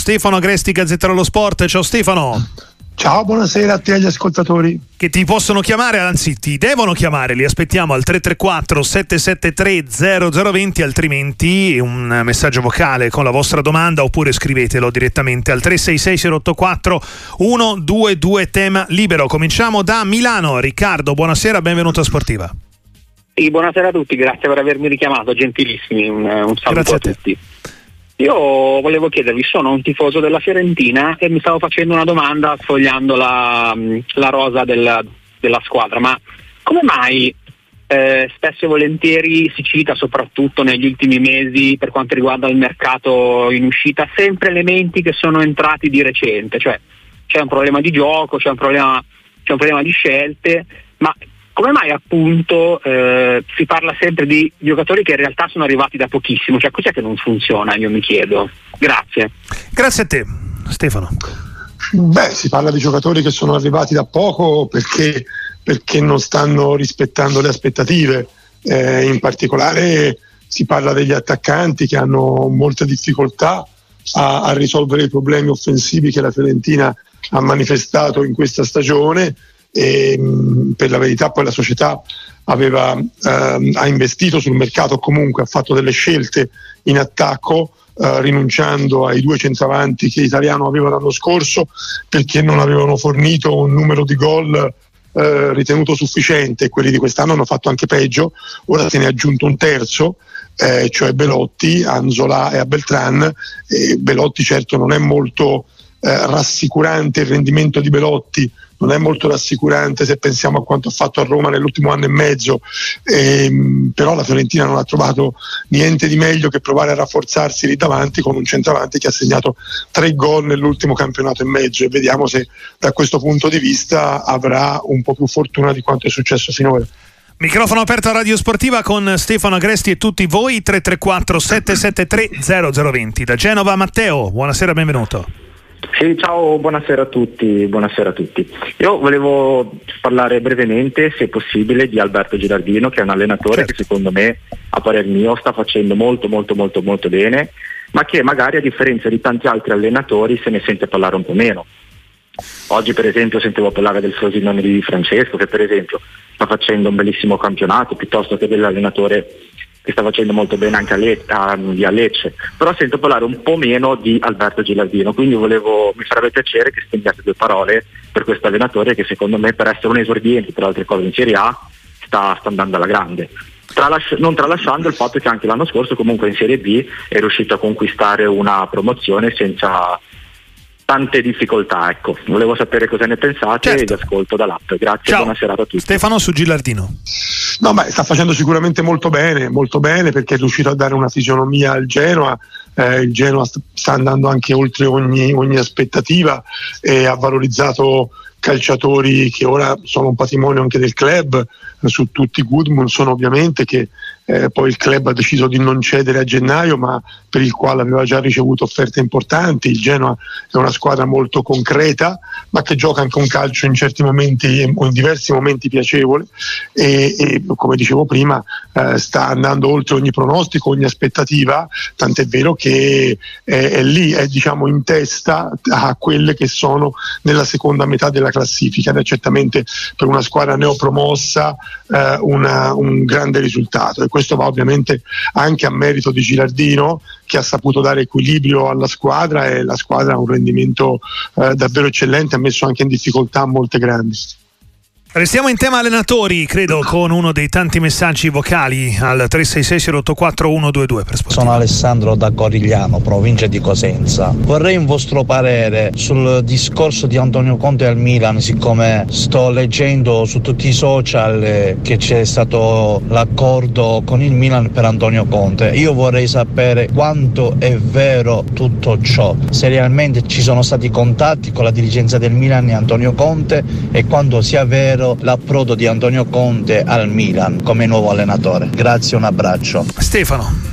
Stefano Agresti, Gazzetta dello Sport. Ciao Stefano. Ciao, buonasera a te e agli ascoltatori. Che ti possono chiamare, anzi ti devono chiamare, li aspettiamo al 334 773 0020, altrimenti un messaggio vocale con la vostra domanda oppure scrivetelo direttamente al 366 084 122, tema libero. Cominciamo da Milano. Riccardo, buonasera, benvenuto a Sportiva. Sì, buonasera a tutti, grazie per avermi richiamato, gentilissimi, un saluto a tutti. Io volevo chiedervi, sono un tifoso della Fiorentina e mi stavo facendo una domanda sfogliando la rosa della squadra, ma come mai spesso e volentieri si cita, soprattutto negli ultimi mesi per quanto riguarda il mercato in uscita, sempre elementi che sono entrati di recente, cioè c'è un problema di gioco, c'è un problema di scelte, ma come mai appunto si parla sempre di giocatori che in realtà sono arrivati da pochissimo? Cioè cos'è che non funziona, io mi chiedo. Grazie. Grazie a te, Stefano. Si parla di giocatori che sono arrivati da poco perché non stanno rispettando le aspettative. In particolare si parla degli attaccanti che hanno molte difficoltà a risolvere i problemi offensivi che la Fiorentina ha manifestato in questa stagione. E per la verità poi la società ha investito sul mercato, comunque ha fatto delle scelte in attacco, rinunciando ai 2 centravanti che Italiano aveva l'anno scorso perché non avevano fornito un numero di gol ritenuto sufficiente. Quelli di quest'anno hanno fatto anche peggio. Ora se ne è aggiunto un terzo, cioè Belotti, Anzola e Abeltran. Belotti certo non è molto rassicurante, il rendimento di Belotti non è molto rassicurante se pensiamo a quanto ha fatto a Roma nell'ultimo anno e mezzo, però la Fiorentina non ha trovato niente di meglio che provare a rafforzarsi lì davanti con un centravanti che ha segnato 3 gol nell'ultimo campionato e mezzo, e vediamo se da questo punto di vista avrà un po' più fortuna di quanto è successo finora. Microfono aperto a Radio Sportiva con Stefano Agresti e tutti voi. 334 773 0020. Da Genova Matteo, buonasera, benvenuto. Sì, ciao, buonasera a tutti. Io volevo parlare brevemente, se possibile, di Alberto Gilardino, che è un allenatore che secondo me, a parer mio, sta facendo molto bene, ma che magari a differenza di tanti altri allenatori se ne sente parlare un po' meno. Oggi per esempio sentivo parlare del Frosinone di Francesco, che per esempio sta facendo un bellissimo campionato, piuttosto che dell'allenatore che sta facendo molto bene anche a Lecce, però sento parlare un po' meno di Alberto Gilardino, quindi mi farebbe piacere che spendiate 2 parole per questo allenatore che secondo me, per essere un esordiente per altre cose in Serie A, sta andando alla grande, non tralasciando il fatto che anche l'anno scorso comunque in Serie B è riuscito a conquistare una promozione senza tante difficoltà. Ecco, volevo sapere cosa ne pensate. E vi ascolto dall'app. Grazie. Ciao. Buona serata a tutti. Stefano, su Gilardino. Sta facendo sicuramente molto bene perché è riuscito a dare una fisionomia al Genoa. Il Genoa sta andando anche oltre ogni aspettativa e ha valorizzato calciatori che ora sono un patrimonio anche del club. Su tutti Gudmundsson ovviamente, che poi il club ha deciso di non cedere a gennaio, ma per il quale aveva già ricevuto offerte importanti. Il Genoa è una squadra molto concreta, ma che gioca anche un calcio in certi momenti o in diversi momenti piacevole e come dicevo prima sta andando oltre ogni pronostico, ogni aspettativa, tant'è vero che è lì, è diciamo in testa a quelle che sono nella seconda metà della classifica, ed è certamente per una squadra neopromossa un grande risultato, e questo va ovviamente anche a merito di Gilardino, che ha saputo dare equilibrio alla squadra, e la squadra ha un rendimento davvero eccellente, ha messo anche in difficoltà molte grandi. Restiamo in tema allenatori, credo, con uno dei tanti messaggi vocali al 366-084-122 per Sportiva. Sono Alessandro da Corigliano, provincia di Cosenza. Vorrei un vostro parere sul discorso di Antonio Conte al Milan, siccome sto leggendo su tutti i social che c'è stato l'accordo con il Milan per Antonio Conte. Io vorrei sapere quanto è vero tutto ciò, se realmente ci sono stati contatti con la dirigenza del Milan e Antonio Conte, e quanto sia vero l'approdo di Antonio Conte al Milan come nuovo allenatore. Grazie, un abbraccio. Stefano.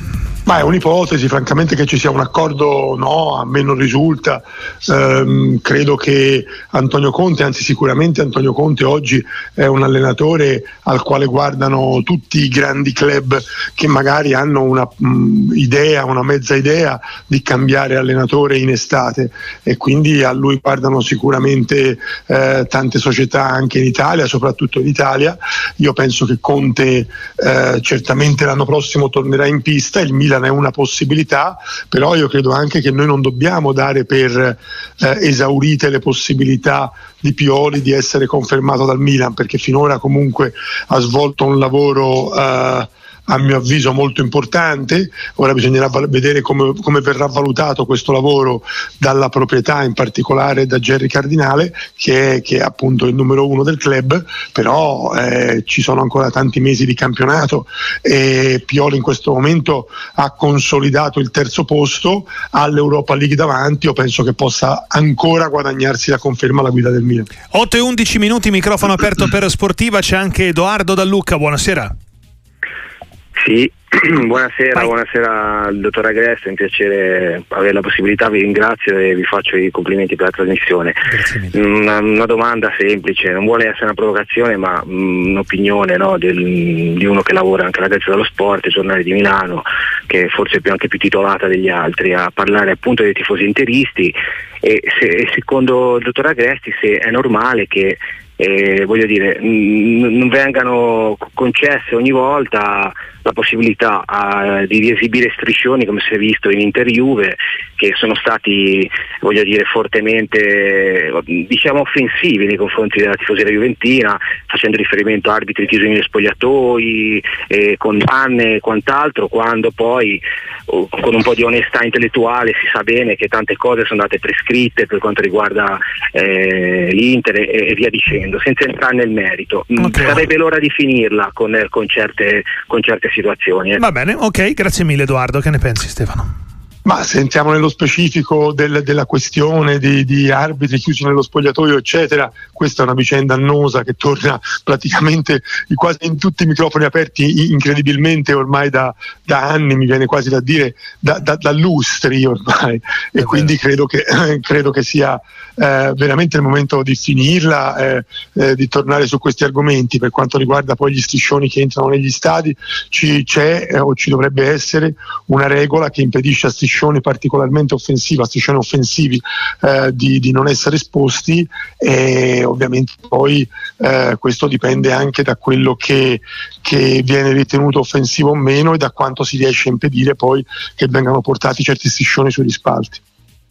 Ma è un'ipotesi, francamente che ci sia un accordo no, a me non risulta. Credo che Antonio Conte, anzi sicuramente Antonio Conte oggi è un allenatore al quale guardano tutti i grandi club che magari hanno una mezza idea di cambiare allenatore in estate, e quindi a lui guardano sicuramente tante società anche in Italia, soprattutto in Italia. Io penso che Conte certamente l'anno prossimo tornerà in pista, il Milan è una possibilità, però io credo anche che noi non dobbiamo dare per esaurite le possibilità di Pioli di essere confermato dal Milan, perché finora comunque ha svolto un lavoro a mio avviso molto importante. Ora bisognerà vedere come verrà valutato questo lavoro dalla proprietà, in particolare da Gerry Cardinale, che è appunto il numero uno del club, però ci sono ancora tanti mesi di campionato e Pioli in questo momento ha consolidato il terzo posto, all'Europa League davanti. Io penso che possa ancora guadagnarsi la conferma alla guida del Milan. 8:11 minuti, microfono aperto per Sportiva, c'è anche Edoardo da Lucca, buonasera. Sì, buonasera al dottor Agresti, è un piacere avere la possibilità, vi ringrazio e vi faccio i complimenti per la trasmissione. Una domanda semplice, non vuole essere una provocazione ma un'opinione, no, di uno che lavora anche alla Gazzetta dello Sport, il giornale di Milano, che forse è anche più titolata degli altri, a parlare appunto dei tifosi interisti, e secondo il dottor Agresti se è normale che non vengano concesse ogni volta la possibilità di riesibire striscioni, come si è visto in Inter Juve, che sono stati fortemente offensivi nei confronti della tifoseria juventina, facendo riferimento a arbitri chiusi negli spogliatoi, condanne e quant'altro, quando poi con un po' di onestà intellettuale si sa bene che tante cose sono state prescritte per quanto riguarda l'Inter e via dicendo, senza entrare nel merito. Okay. Sarebbe l'ora di finirla con certe situazioni. Va bene, ok, grazie mille Edoardo, che ne pensi Stefano? Ma se entriamo nello specifico della questione di arbitri chiusi nello spogliatoio eccetera, questa è una vicenda annosa che torna praticamente quasi in tutti i microfoni aperti incredibilmente ormai da anni, mi viene quasi da dire da lustri ormai, e quindi credo che sia veramente il momento di finirla, di tornare su questi argomenti. Per quanto riguarda poi gli striscioni che entrano negli stadi, c'è o ci dovrebbe essere una regola che impedisce a striscioni particolarmente offensivi, a striscioni offensivi di non essere esposti, e ovviamente poi questo dipende anche da quello che viene ritenuto offensivo o meno, e da quanto si riesce a impedire poi che vengano portati certi striscioni sugli spalti.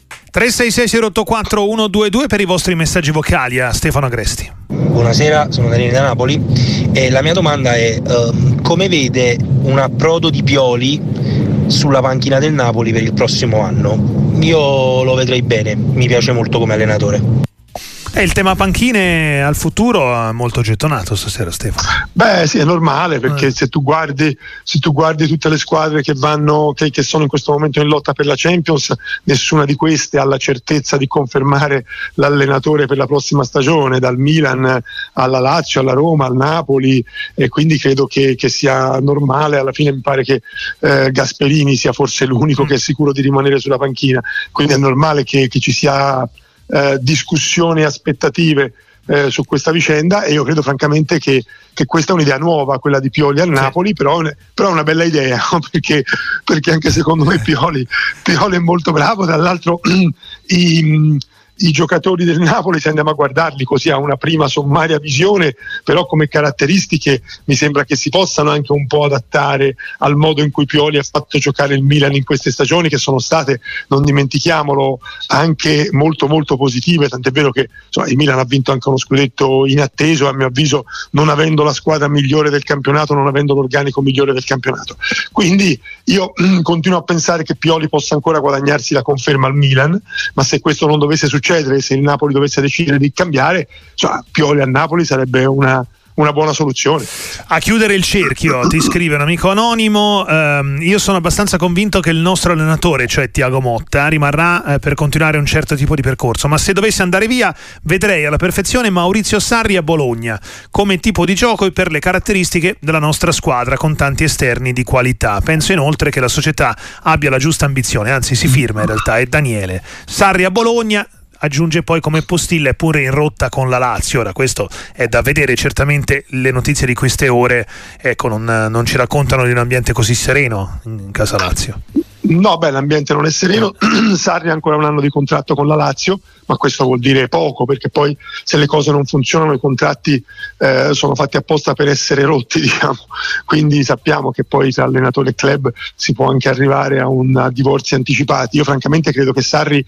366-084-122 per i vostri messaggi vocali a Stefano Agresti. Buonasera, sono Daniele da Napoli e la mia domanda è come vede un approdo di Pioli sulla panchina del Napoli per il prossimo anno? Io lo vedrei bene, mi piace molto come allenatore. Il tema panchine al futuro è molto gettonato stasera, Stefano. Beh sì, è normale, perché se tu guardi tutte le squadre che sono in questo momento in lotta per la Champions, nessuna di queste ha la certezza di confermare l'allenatore per la prossima stagione, dal Milan alla Lazio, alla Roma, al Napoli, e quindi credo che sia normale. Alla fine mi pare che Gasperini sia forse l'unico che è sicuro di rimanere sulla panchina, quindi è normale che ci sia discussioni e aspettative su questa vicenda, e io credo francamente che questa è un'idea nuova, quella di Pioli al Napoli, però è una bella idea, perché anche secondo me Pioli è molto bravo. Dall'altro i giocatori del Napoli, se andiamo a guardarli così a una prima sommaria visione, però come caratteristiche mi sembra che si possano anche un po' adattare al modo in cui Pioli ha fatto giocare il Milan in queste stagioni, che sono state, non dimentichiamolo, anche molto molto positive, tant'è vero che il Milan ha vinto anche uno scudetto inatteso, a mio avviso, non avendo la squadra migliore del campionato, non avendo l'organico migliore del campionato. Quindi io continuo a pensare che Pioli possa ancora guadagnarsi la conferma al Milan, ma se questo non dovesse succedere, se il Napoli dovesse decidere di cambiare, Pioli a Napoli sarebbe una una buona soluzione. A chiudere il cerchio ti scrive un amico anonimo: io sono abbastanza convinto che il nostro allenatore, cioè Thiago Motta, rimarrà per continuare un certo tipo di percorso, ma se dovesse andare via vedrei alla perfezione Maurizio Sarri a Bologna come tipo di gioco e per le caratteristiche della nostra squadra, con tanti esterni di qualità. Penso inoltre che la società abbia la giusta ambizione, anzi si firma in realtà, è Daniele. Sarri a Bologna, aggiunge poi come postilla, è pure in rotta con la Lazio. Ora questo è da vedere, certamente le notizie di queste ore non ci raccontano di un ambiente così sereno in casa Lazio. No, l'ambiente non è sereno. Sarri ha ancora un anno di contratto con la Lazio, ma questo vuol dire poco, perché poi se le cose non funzionano i contratti sono fatti apposta per essere rotti, diciamo. Quindi sappiamo che poi tra allenatore e club si può anche arrivare a divorzi anticipati. Io francamente credo che Sarri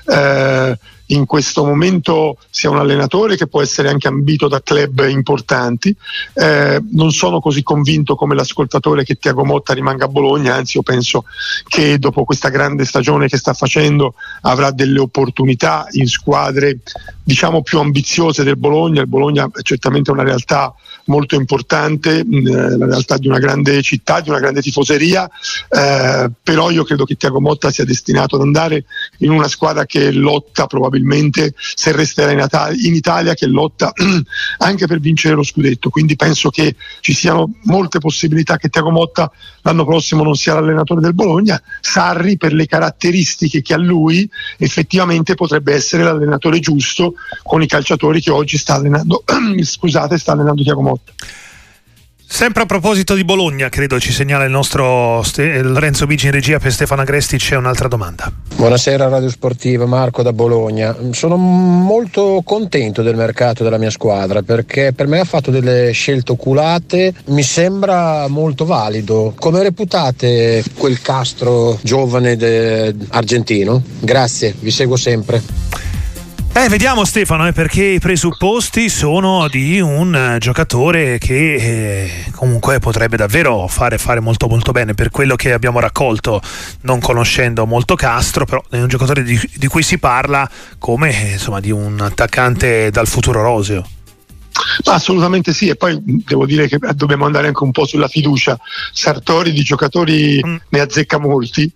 in questo momento sia un allenatore che può essere anche ambito da club importanti. Non sono così convinto come l'ascoltatore che Thiago Motta rimanga a Bologna, anzi io penso che dopo questa grande stagione che sta facendo avrà delle opportunità in squadre diciamo più ambiziose del Bologna. Il Bologna è certamente una realtà molto importante, la realtà di una grande città, di una grande tifoseria, però io credo che Thiago Motta sia destinato ad andare in una squadra che lotta probabilmente, se resterà in Italia, che lotta anche per vincere lo scudetto. Quindi penso che ci siano molte possibilità che Thiago Motta l'anno prossimo non sia l'allenatore del Bologna. Sarri, per le caratteristiche che ha lui, effettivamente potrebbe essere l'allenatore giusto con i calciatori che oggi sta allenando Thiago Motta. Sempre a proposito di Bologna, credo ci segnala il nostro Lorenzo Bigi in regia per Stefano Agresti. C'è un'altra domanda. Buonasera Radio Sportiva, Marco da Bologna. Sono molto contento del mercato della mia squadra, perché per me ha fatto delle scelte oculate, mi sembra molto valido. Come reputate quel Castro giovane argentino? Grazie, vi seguo sempre. Vediamo Stefano, perché i presupposti sono di un giocatore che comunque potrebbe davvero fare molto molto bene, per quello che abbiamo raccolto, non conoscendo molto Castro, però è un giocatore di cui si parla come insomma di un attaccante dal futuro roseo. Assolutamente sì, e poi devo dire che dobbiamo andare anche un po' sulla fiducia. Sartori di giocatori ne azzecca molti,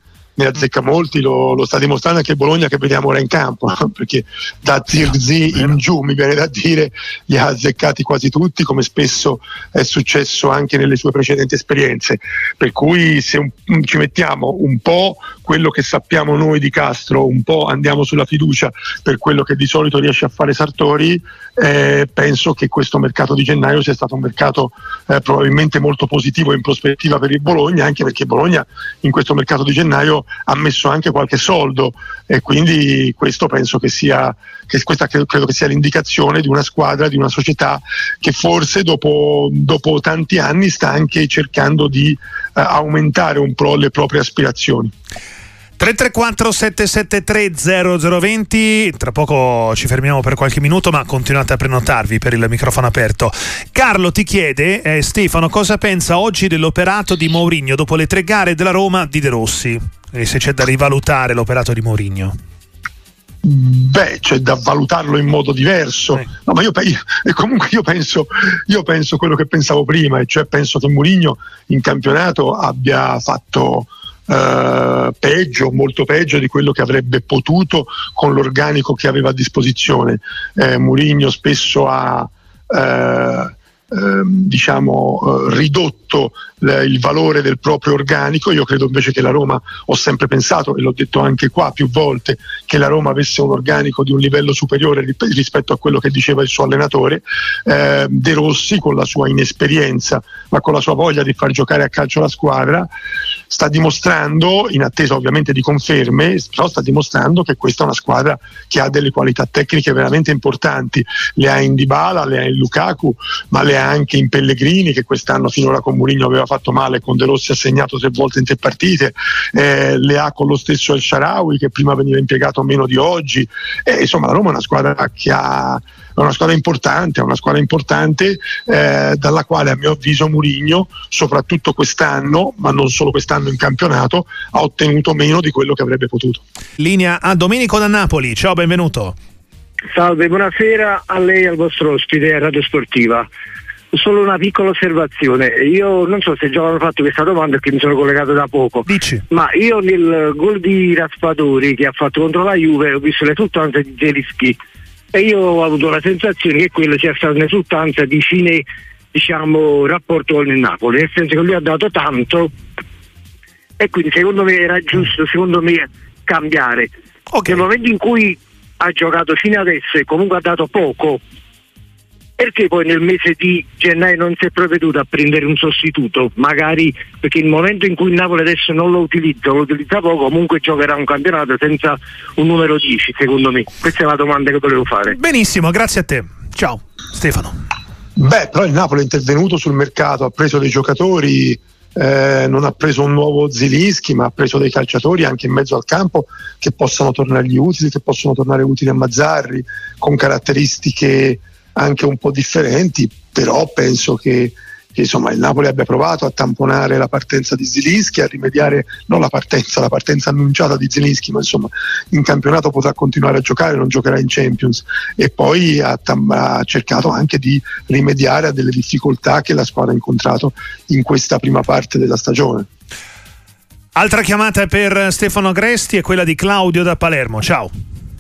lo sta dimostrando anche il Bologna che vediamo ora in campo, no? Perché da Zirkzee in giù, mi viene da dire, li ha azzeccati quasi tutti, come spesso è successo anche nelle sue precedenti esperienze. Per cui se ci mettiamo un po' quello che sappiamo noi di Castro, un po' andiamo sulla fiducia per quello che di solito riesce a fare Sartori, penso che questo mercato di gennaio sia stato un mercato probabilmente molto positivo in prospettiva per il Bologna, anche perché Bologna in questo mercato di gennaio ha messo anche qualche soldo, e quindi questo penso questa credo che sia l'indicazione di una squadra, di una società che forse dopo tanti anni sta anche cercando di aumentare un po' le proprie aspirazioni. 334 773 0020. Tra poco ci fermiamo per qualche minuto, ma continuate a prenotarvi per il microfono aperto. Carlo ti chiede, Stefano, cosa pensa oggi dell'operato di Mourinho dopo le 3 gare della Roma di De Rossi, e se c'è da rivalutare l'operato di Mourinho. C'è da valutarlo in modo diverso. No, ma io penso quello che pensavo prima, e cioè penso che Mourinho in campionato abbia fatto peggio, molto peggio di quello che avrebbe potuto con l'organico che aveva a disposizione. Mourinho spesso ha ridotto il valore del proprio organico. Io credo invece che la Roma, ho sempre pensato, e l'ho detto anche qua più volte, che la Roma avesse un organico di un livello superiore rispetto a quello che diceva il suo allenatore. De Rossi, con la sua inesperienza ma con la sua voglia di far giocare a calcio la squadra, sta dimostrando, in attesa ovviamente di conferme, però sta dimostrando che questa è una squadra che ha delle qualità tecniche veramente importanti. Le ha in Dybala, le ha in Lukaku, ma le ha anche in Pellegrini, che quest'anno finora con Mourinho aveva fatto male, con De Rossi ha segnato 3 volte in 3 partite, le ha con lo stesso El Shaarawy, che prima veniva impiegato meno di oggi. Insomma, la Roma è una squadra che è una squadra importante, dalla quale a mio avviso Mourinho, soprattutto quest'anno, ma non solo quest'anno in campionato, ha ottenuto meno di quello che avrebbe potuto. Linea a Domenico da Napoli. Ciao, benvenuto. Salve, buonasera a lei e al vostro ospite a Radio Sportiva. solo una piccola osservazione. Io non so se già hanno fatto questa domanda perché mi sono collegato da poco. Dici. Ma io nel gol di Raspadori che ha fatto contro la Juve ho visto l'esultanza di Zielinski e io ho avuto la sensazione che quello sia stata un'esultanza di fine, diciamo, rapporto con il Napoli, nel senso che lui ha dato tanto e quindi secondo me era giusto, secondo me, cambiare. Okay. Nel momento in cui ha giocato fino adesso e comunque ha dato poco, perché poi nel mese di gennaio non si è provveduto a prendere un sostituto? Magari perché il momento in cui il Napoli adesso non lo utilizza poco, comunque giocherà un campionato senza un numero 10, secondo me. Questa è la domanda che volevo fare. Benissimo, grazie a te. Ciao Stefano. Beh, però il Napoli è intervenuto sul mercato, ha preso dei giocatori, non ha preso un nuovo Zielinski, ma ha preso dei calciatori anche in mezzo al campo che possano tornargli utili, che possono tornare utili a Mazzarri, con caratteristiche anche un po' differenti, però penso che insomma il Napoli abbia provato a tamponare la partenza di Zielinski, a rimediare, non la partenza annunciata di Zielinski, ma insomma in campionato potrà continuare a giocare, non giocherà in Champions, e poi ha cercato anche di rimediare a delle difficoltà che la squadra ha incontrato in questa prima parte della stagione. Altra chiamata per Stefano Agresti è quella di Claudio da Palermo. Ciao.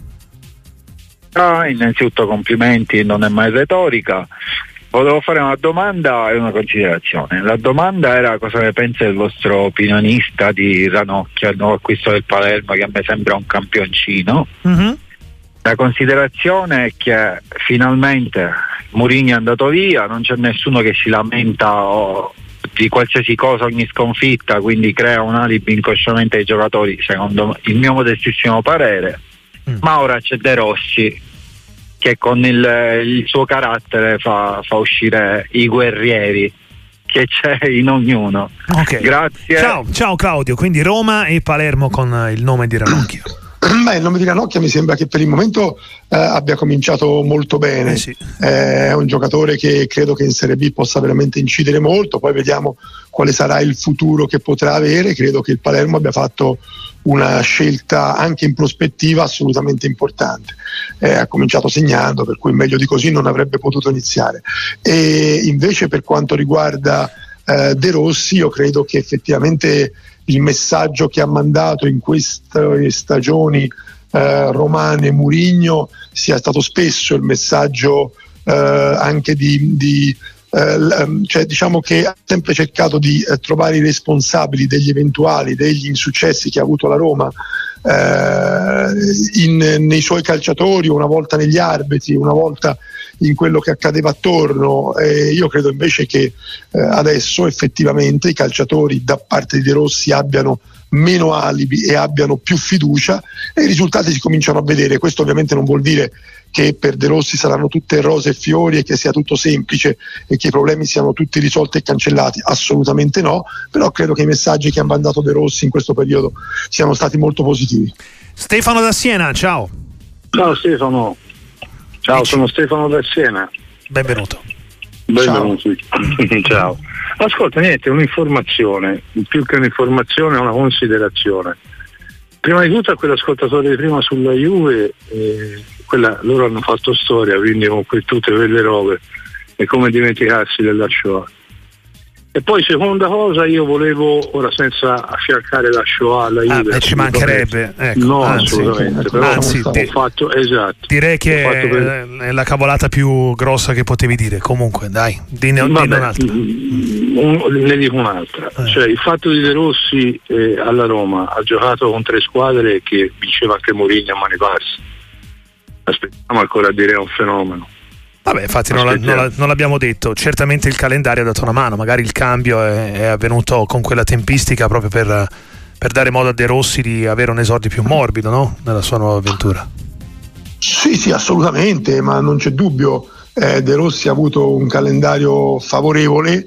Innanzitutto complimenti, non è mai retorica. Volevo fare una domanda e una considerazione. La domanda era cosa ne pensa il vostro opinionista di Ranocchia, il nuovo acquisto del Palermo, che a me sembra un campioncino. Mm-hmm. La considerazione è che finalmente Mourinho è andato via, non c'è nessuno che si lamenta di qualsiasi cosa, ogni sconfitta, quindi crea un alibi inconsciamente ai giocatori, secondo il mio modestissimo parere. Ma ora c'è De Rossi che con il suo carattere fa uscire i guerrieri che c'è in ognuno. Okay. Grazie. Ciao Claudio, quindi Roma e Palermo con il nome di Ranocchia. Beh, il nome di Ranocchia mi sembra che per il momento abbia cominciato molto bene. Sì. È un giocatore che credo che in Serie B possa veramente incidere molto, poi vediamo quale sarà il futuro che potrà avere. Credo che il Palermo abbia fatto una scelta anche in prospettiva assolutamente importante. Ha cominciato segnando, per cui meglio di così non avrebbe potuto iniziare. E invece per quanto riguarda De Rossi, io credo che effettivamente il messaggio che ha mandato in queste stagioni romane Mourinho sia stato spesso il messaggio anche cioè diciamo che ha sempre cercato di trovare i responsabili degli insuccessi che ha avuto la Roma nei suoi calciatori, una volta negli arbitri, una volta in quello che accadeva attorno. Io credo invece che adesso effettivamente i calciatori da parte di De Rossi abbiano meno alibi e abbiano più fiducia e i risultati si cominciano a vedere. Questo ovviamente non vuol dire che per De Rossi saranno tutte rose e fiori e che sia tutto semplice e che i problemi siano tutti risolti e cancellati, assolutamente no, però credo che i messaggi che ha mandato De Rossi in questo periodo siano stati molto positivi. Stefano da Siena, ciao. Ciao Stefano. Ciao, sono Stefano da Siena. Benvenuto. Benvenuto. Ciao. Ascolta, niente, un'informazione, più che un'informazione è una considerazione. Prima di tutto a quell'ascoltatore di prima sulla Juve, loro hanno fatto storia, quindi con tutte quelle robe, è come dimenticarsi della Shoah. E poi seconda cosa, io volevo, ora senza affiancare la Shoah alla Juve, ci mancherebbe, ecco, no, assolutamente, però ho fatto, esatto, direi che è la cavolata più grossa che potevi dire. Comunque dai, dinne un'altra. Ne dico un'altra, cioè il fatto di De Rossi alla Roma ha giocato con 3 squadre che vinceva anche Mourinho a mani basse, aspettiamo ancora a dire, è un fenomeno. Vabbè, infatti non l'abbiamo detto, certamente il calendario ha dato una mano, magari il cambio è avvenuto con quella tempistica proprio per dare modo a De Rossi di avere un esordio più morbido, no? Nella sua nuova avventura. Sì, assolutamente, ma non c'è dubbio, De Rossi ha avuto un calendario favorevole,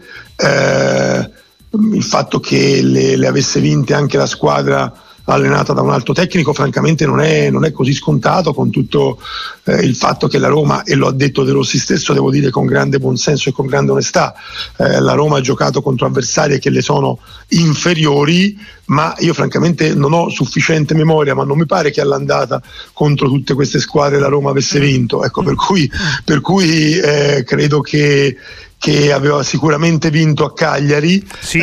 il fatto che le avesse vinte anche la squadra allenata da un alto tecnico francamente non è così scontato, con tutto il fatto che la Roma, e lo ha detto De Rossi stesso, devo dire con grande buonsenso e con grande onestà, la Roma ha giocato contro avversari che le sono inferiori, ma io francamente non ho sufficiente memoria, ma non mi pare che all'andata contro tutte queste squadre la Roma avesse vinto, ecco, per cui credo che che aveva sicuramente vinto a Cagliari, sì,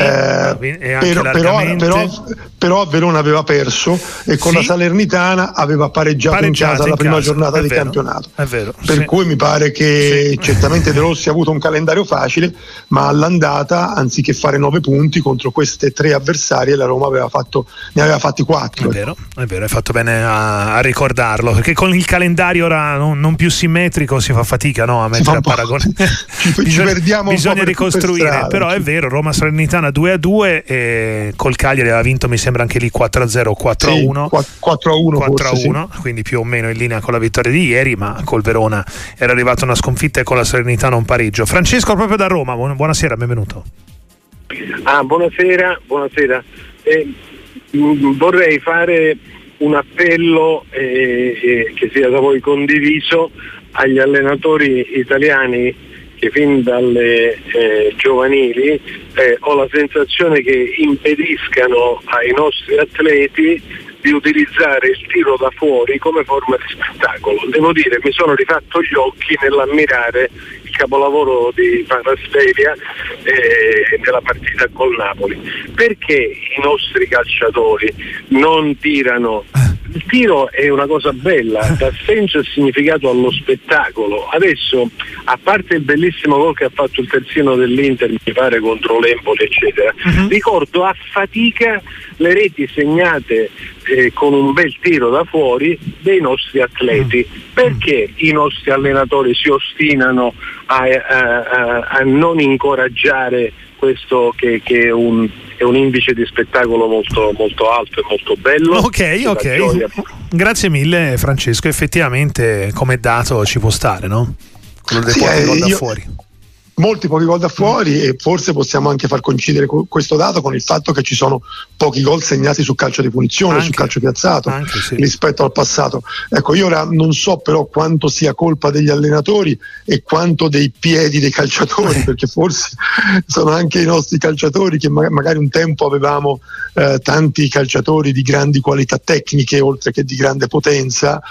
però a Verona aveva perso e con la Salernitana aveva pareggiato in casa la prima giornata di campionato. È vero, per cui mi pare che certamente De Rossi ha avuto un calendario facile, ma all'andata, anziché fare 9 punti contro queste 3 avversarie, la Roma ne aveva fatti 4. È vero, hai fatto bene a ricordarlo, perché con il calendario ora non più simmetrico si fa fatica, no, a mettere a paragone. Bisogna ricostruire, però è vero, Roma Salernitana 2-2 e col Cagliari aveva vinto, mi sembra anche lì 4-0, 4-1, 4-1, quindi più o meno in linea con la vittoria di ieri, ma col Verona era arrivata una sconfitta e con la Salernitana un pareggio. Francesco, proprio da Roma, buonasera, benvenuto. Buonasera. Vorrei fare un appello che sia da voi condiviso agli allenatori italiani che fin dalle giovanili ho la sensazione che impediscano ai nostri atleti di utilizzare il tiro da fuori come forma di spettacolo. Devo dire, mi sono rifatto gli occhi nell'ammirare il capolavoro di Kvaratskhelia nella partita col Napoli. Perché i nostri calciatori non tirano? Il tiro è una cosa bella, dà senso e significato allo spettacolo. Adesso, a parte il bellissimo gol che ha fatto il terzino dell'Inter, mi pare contro l'Empoli eccetera, ricordo a fatica le reti segnate con un bel tiro da fuori dei nostri atleti. Perché i nostri allenatori si ostinano a non incoraggiare questo che è un indice di spettacolo molto, molto alto e molto bello? Ok. Grazie mille Francesco, effettivamente come dato ci può stare, no? Quello dei pochi gol da fuori. Molti pochi gol da fuori, e forse possiamo anche far coincidere questo dato con il fatto che ci sono pochi gol segnati su calcio di punizione, su calcio piazzato, rispetto al passato. Ecco, io ora non so però quanto sia colpa degli allenatori e quanto dei piedi dei calciatori, perché forse sono anche i nostri calciatori che magari un tempo avevamo tanti calciatori di grandi qualità tecniche oltre che di grande potenza,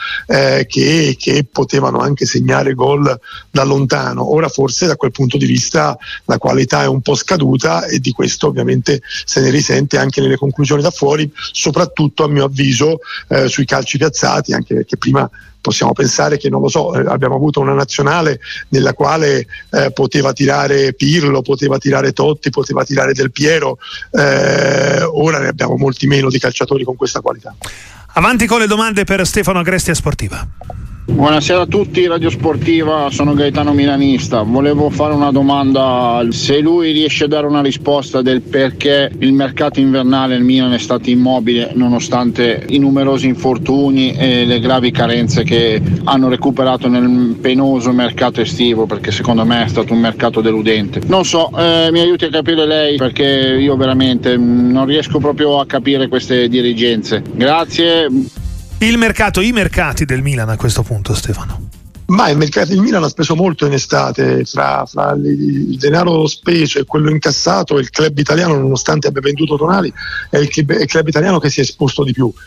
che potevano anche segnare gol da lontano. Ora forse da quel punto di vista la qualità è un po' scaduta e di questo ovviamente se ne risente anche nelle conclusioni da fuori, soprattutto a mio avviso sui calci piazzati, anche perché prima possiamo pensare che, non lo so, abbiamo avuto una nazionale nella quale poteva tirare Pirlo, poteva tirare Totti, poteva tirare Del Piero, ora ne abbiamo molti meno di calciatori con questa qualità. Avanti con le domande per Stefano Agresti a Sportiva. Buonasera a tutti, Radio Sportiva, sono Gaetano Milanista. Volevo fare una domanda, se lui riesce a dare una risposta del perché il mercato invernale il Milan è stato immobile nonostante i numerosi infortuni e le gravi carenze che hanno recuperato nel penoso mercato estivo, perché secondo me è stato un mercato deludente. Non so, mi aiuti a capire lei, perché io veramente non riesco proprio a capire queste dirigenze. Grazie. I mercati del Milan a questo punto, Stefano. Ma il Milan ha speso molto in estate, fra il denaro speso e quello incassato, il club italiano, nonostante abbia venduto Tonali, è il club italiano che si è esposto di più.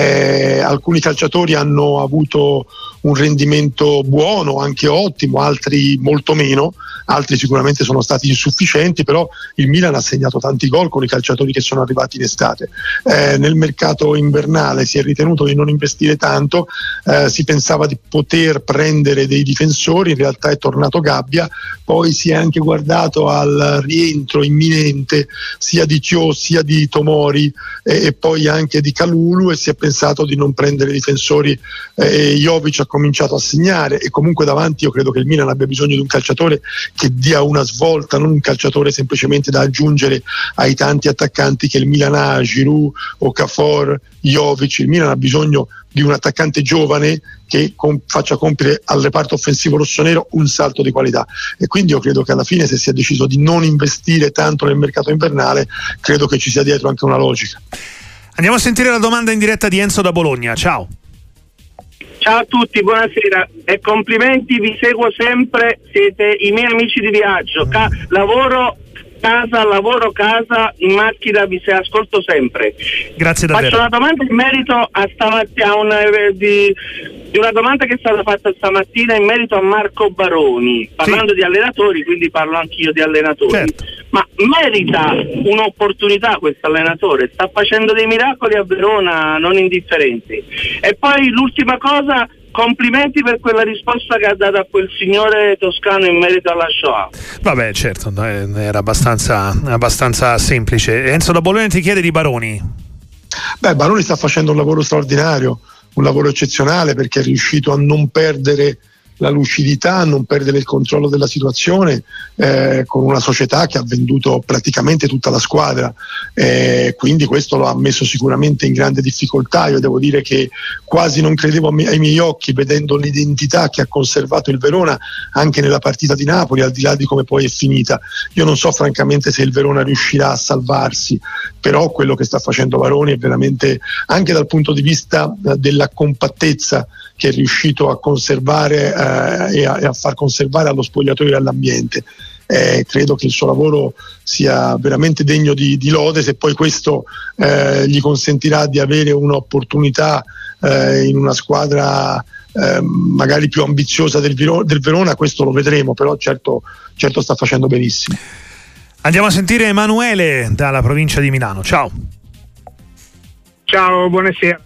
Alcuni calciatori hanno avuto un rendimento buono, anche ottimo, altri molto meno, altri sicuramente sono stati insufficienti, però il Milan ha segnato tanti gol con i calciatori che sono arrivati in estate. Nel mercato invernale si è ritenuto di non investire tanto, si pensava di poter prendere dei difensori, in realtà è tornato Gabbia, poi si è anche guardato al rientro imminente sia di Thiaw sia di Tomori e poi anche di Kalulu, e si è pensato di non prendere difensori. Jovic ha cominciato a segnare, e comunque davanti io credo che il Milan abbia bisogno di un calciatore che dia una svolta, non un calciatore semplicemente da aggiungere ai tanti attaccanti che il Milan ha, Giroud, Okafor, Jovic. Il Milan ha bisogno di un attaccante giovane che faccia compiere al reparto offensivo rossonero un salto di qualità, e quindi io credo che alla fine, se si è deciso di non investire tanto nel mercato invernale, credo che ci sia dietro anche una logica. Andiamo a sentire la domanda in diretta di Enzo da Bologna. Ciao. Ciao a tutti, buonasera e complimenti, vi seguo sempre, siete i miei amici di viaggio. Lavoro casa, in macchina vi ascolto sempre. Grazie davvero. Faccio una domanda in merito a stamattina di una domanda che è stata fatta stamattina in merito a Marco Baroni, parlando di allenatori, quindi parlo anch'io di allenatori. Certo. Ma merita un'opportunità questo allenatore? Sta facendo dei miracoli a Verona non indifferenti. E poi l'ultima cosa, complimenti per quella risposta che ha dato a quel signore toscano in merito alla Shoah. Vabbè, certo, era abbastanza semplice. Enzo da Bologna ti chiede di Baroni. Baroni sta facendo un lavoro straordinario, un lavoro eccezionale, perché è riuscito a non perdere la lucidità, a non perdere il controllo della situazione, con una società che ha venduto praticamente tutta la squadra, quindi questo lo ha messo sicuramente in grande difficoltà. Io devo dire che quasi non credevo ai miei occhi vedendo l'identità che ha conservato il Verona anche nella partita di Napoli, al di là di come poi è finita. Io non so francamente se il Verona riuscirà a salvarsi, però quello che sta facendo Baroni è veramente, anche dal punto di vista della compattezza che è riuscito a conservare e a far conservare allo spogliatoio e all'ambiente. Credo che il suo lavoro sia veramente degno di lode. Se poi questo gli consentirà di avere un'opportunità in una squadra magari più ambiziosa del Verona, questo lo vedremo, però certo sta facendo benissimo. Andiamo a sentire Emanuele dalla provincia di Milano. Ciao. Ciao, buonasera.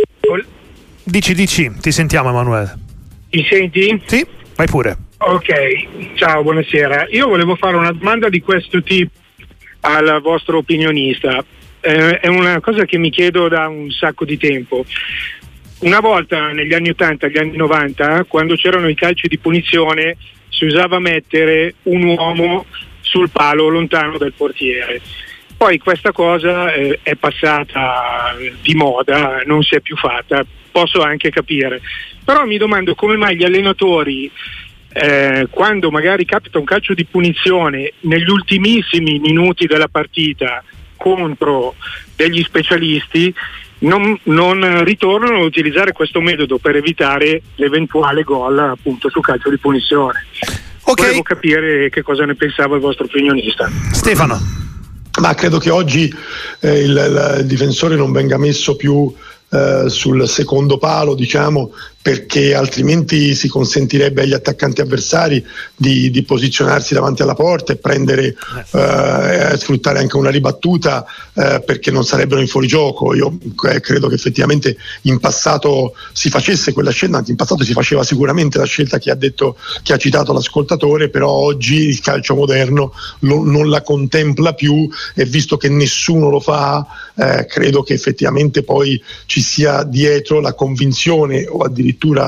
Dici, ti sentiamo Emanuele. Mi senti? Sì, vai pure. Ok, ciao, buonasera. Io volevo fare una domanda di questo tipo al vostro opinionista. È una cosa che mi chiedo da un sacco di tempo. Una volta negli anni 80, gli anni 90, quando c'erano i calci di punizione, si usava mettere un uomo sul palo lontano dal portiere. Poi questa cosa è passata di moda, non si è più fatta, posso anche capire. Però mi domando come mai gli allenatori, quando magari capita un calcio di punizione negli ultimissimi minuti della partita contro degli specialisti, non ritornano a utilizzare questo metodo per evitare l'eventuale gol appunto sul calcio di punizione. Okay. Volevo capire che cosa ne pensava il vostro opinionista. Stefano. Ma credo che oggi il difensore non venga messo più sul secondo palo, diciamo, perché altrimenti si consentirebbe agli attaccanti avversari di posizionarsi davanti alla porta e prendere sfruttare anche una ribattuta, perché non sarebbero in fuorigioco. Io credo che effettivamente in passato si facesse quella scelta, anche in passato si faceva sicuramente la scelta che ha citato l'ascoltatore, però oggi il calcio moderno non la contempla più, e visto che nessuno lo fa, credo che effettivamente poi ci sia dietro la convinzione o addirittura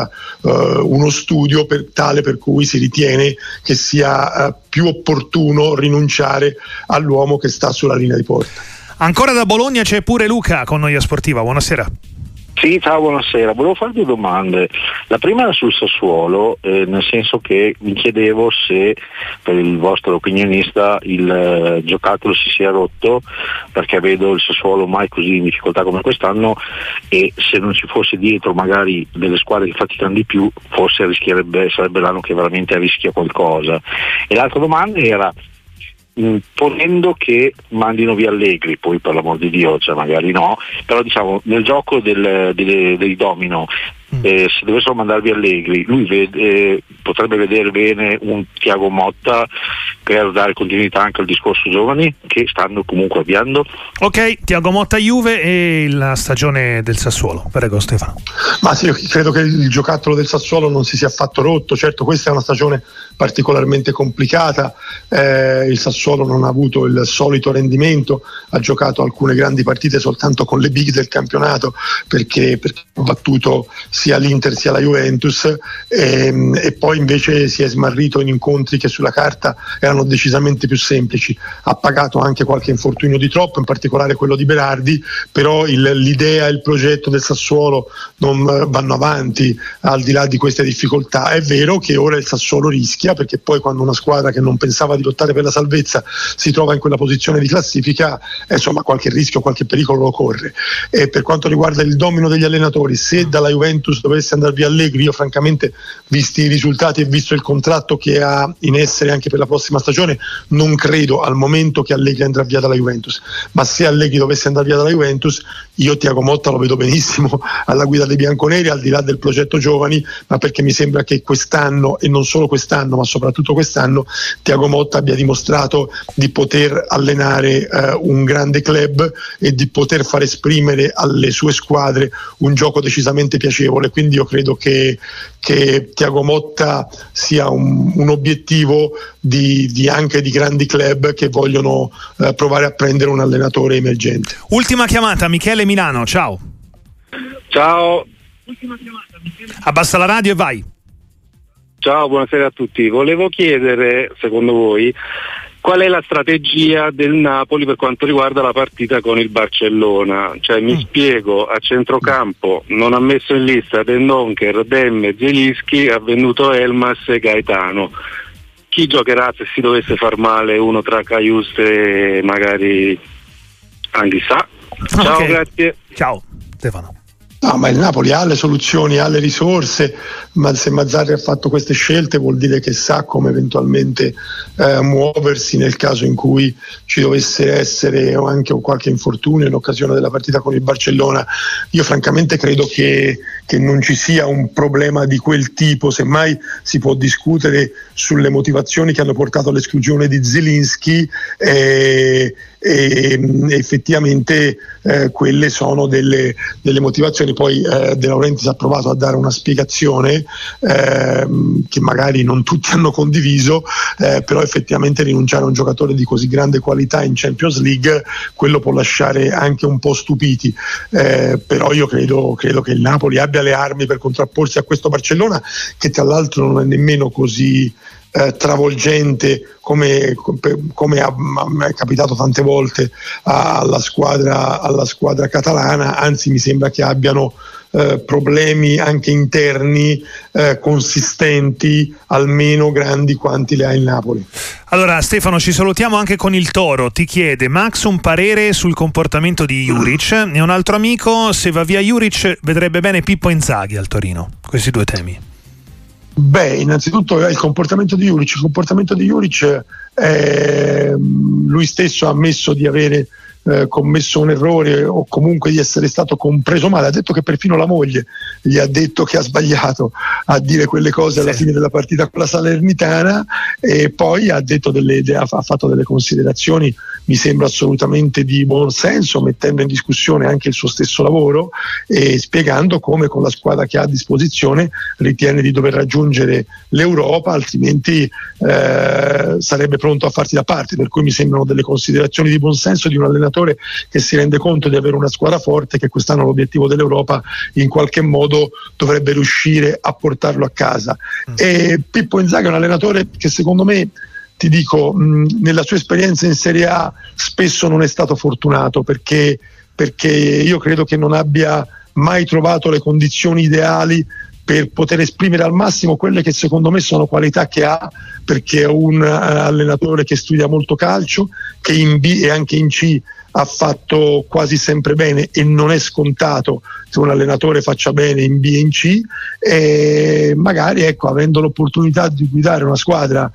uno studio tale per cui si ritiene che sia più opportuno rinunciare all'uomo che sta sulla linea di porta. Ancora da Bologna c'è pure Luca con Noia Sportiva, buonasera. Sì, ciao, buonasera. Volevo fare due domande. La prima era sul Sassuolo, nel senso che mi chiedevo se per il vostro opinionista il giocattolo si sia rotto, perché vedo il Sassuolo mai così in difficoltà come quest'anno, e se non ci fosse dietro magari delle squadre che faticano di più, forse sarebbe l'anno che veramente rischia qualcosa. E l'altra domanda era, ponendo che mandino via Allegri, poi per l'amor di Dio, cioè magari no, però diciamo nel gioco dei domino, se dovessero mandare via Allegri, lui potrebbe vedere bene un Thiago Motta per dare continuità anche al discorso giovani che stanno comunque avviando. Ok, Thiago Motta Juve e la stagione del Sassuolo. Prego Stefano. Ma sì, io credo che il giocattolo del Sassuolo non si sia affatto rotto. Certo, questa è una stagione particolarmente complicata, il Sassuolo non ha avuto il solito rendimento, ha giocato alcune grandi partite soltanto con le big del campionato, perché ha battuto sia l'Inter sia la Juventus, e poi invece si è smarrito in incontri che sulla carta erano decisamente più semplici. Ha pagato anche qualche infortunio di troppo, in particolare quello di Berardi, però l'idea e il progetto del Sassuolo non vanno avanti al di là di queste difficoltà. È vero che ora il Sassuolo rischia, perché poi quando una squadra che non pensava di lottare per la salvezza si trova in quella posizione di classifica, insomma qualche rischio, qualche pericolo lo corre. E per quanto riguarda il domino degli allenatori, se dalla Juventus Juventus dovesse andare via Allegri, io francamente, visti i risultati e visto il contratto che ha in essere anche per la prossima stagione, non credo al momento che Allegri andrà via dalla Juventus. Ma se Allegri dovesse andare via dalla Juventus, io Thiago Motta lo vedo benissimo alla guida dei bianconeri, al di là del progetto giovani, ma perché mi sembra che quest'anno, e non solo quest'anno ma soprattutto quest'anno, Thiago Motta abbia dimostrato di poter allenare un grande club e di poter far esprimere alle sue squadre un gioco decisamente piacevole. Quindi io credo che Thiago Motta sia un obiettivo di anche di grandi club che vogliono provare a prendere un allenatore emergente. Ultima chiamata, Michele Milano, ciao. Ciao. Abbassa la radio e vai. Ciao, buonasera a tutti. Volevo chiedere, secondo voi, qual è la strategia del Napoli per quanto riguarda la partita con il Barcellona? Cioè, mi spiego, a centrocampo non ha messo in lista Dendoncker, Demme, Zielinski, ha venduto Elmas e Gaetano. Chi giocherà se si dovesse far male uno tra Cajuste e magari Anghissà? Ciao, okay. Grazie. Ciao, Stefano. No, ma il Napoli ha le soluzioni, ha le risorse, ma se Mazzarri ha fatto queste scelte vuol dire che sa come eventualmente muoversi nel caso in cui ci dovesse essere anche qualche infortunio in occasione della partita con il Barcellona. Io francamente credo che non ci sia un problema di quel tipo, semmai si può discutere sulle motivazioni che hanno portato all'esclusione di Zielinski e effettivamente quelle sono delle motivazioni. Poi De Laurentiis ha provato a dare una spiegazione che magari non tutti hanno condiviso, però effettivamente rinunciare a un giocatore di così grande qualità in Champions League, quello può lasciare anche un po' stupiti, però io credo che il Napoli abbia le armi per contrapporsi a questo Barcellona, che tra l'altro non è nemmeno così travolgente come è capitato tante volte alla squadra catalana, anzi mi sembra che abbiano problemi anche interni consistenti, almeno grandi quanti le ha il Napoli. Allora Stefano, ci salutiamo anche con il Toro, ti chiede Max un parere sul comportamento di Juric, e un altro amico, se va via Juric vedrebbe bene Pippo Inzaghi al Torino. Questi due temi. Beh, innanzitutto il comportamento di Juric. Lui stesso ha ammesso di avere commesso un errore o comunque di essere stato compreso male. Ha detto che perfino la moglie gli ha detto che ha sbagliato a dire quelle cose alla fine della partita con la Salernitana, e poi ha fatto delle considerazioni, mi sembra assolutamente di buon senso, mettendo in discussione anche il suo stesso lavoro e spiegando come con la squadra che ha a disposizione ritiene di dover raggiungere l'Europa, altrimenti sarebbe pronto a farsi da parte. Per cui mi sembrano delle considerazioni di buon senso di un allenatore che si rende conto di avere una squadra forte, che quest'anno l'obiettivo dell'Europa in qualche modo dovrebbe riuscire a portarlo a casa. E Pippo Inzaghi è un allenatore che secondo me, ti dico, nella sua esperienza in Serie A spesso non è stato fortunato, perché io credo che non abbia mai trovato le condizioni ideali per poter esprimere al massimo quelle che secondo me sono qualità che ha, perché è un allenatore che studia molto calcio, che in B e anche in C ha fatto quasi sempre bene, e non è scontato che un allenatore faccia bene in B e in C, e magari avendo l'opportunità di guidare una squadra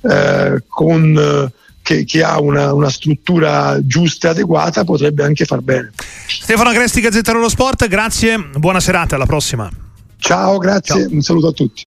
che ha una struttura giusta e adeguata, potrebbe anche far bene. Stefano Agresti, Gazzetta dello Sport, grazie, buona serata, alla prossima. Ciao, grazie, ciao. Un saluto a tutti.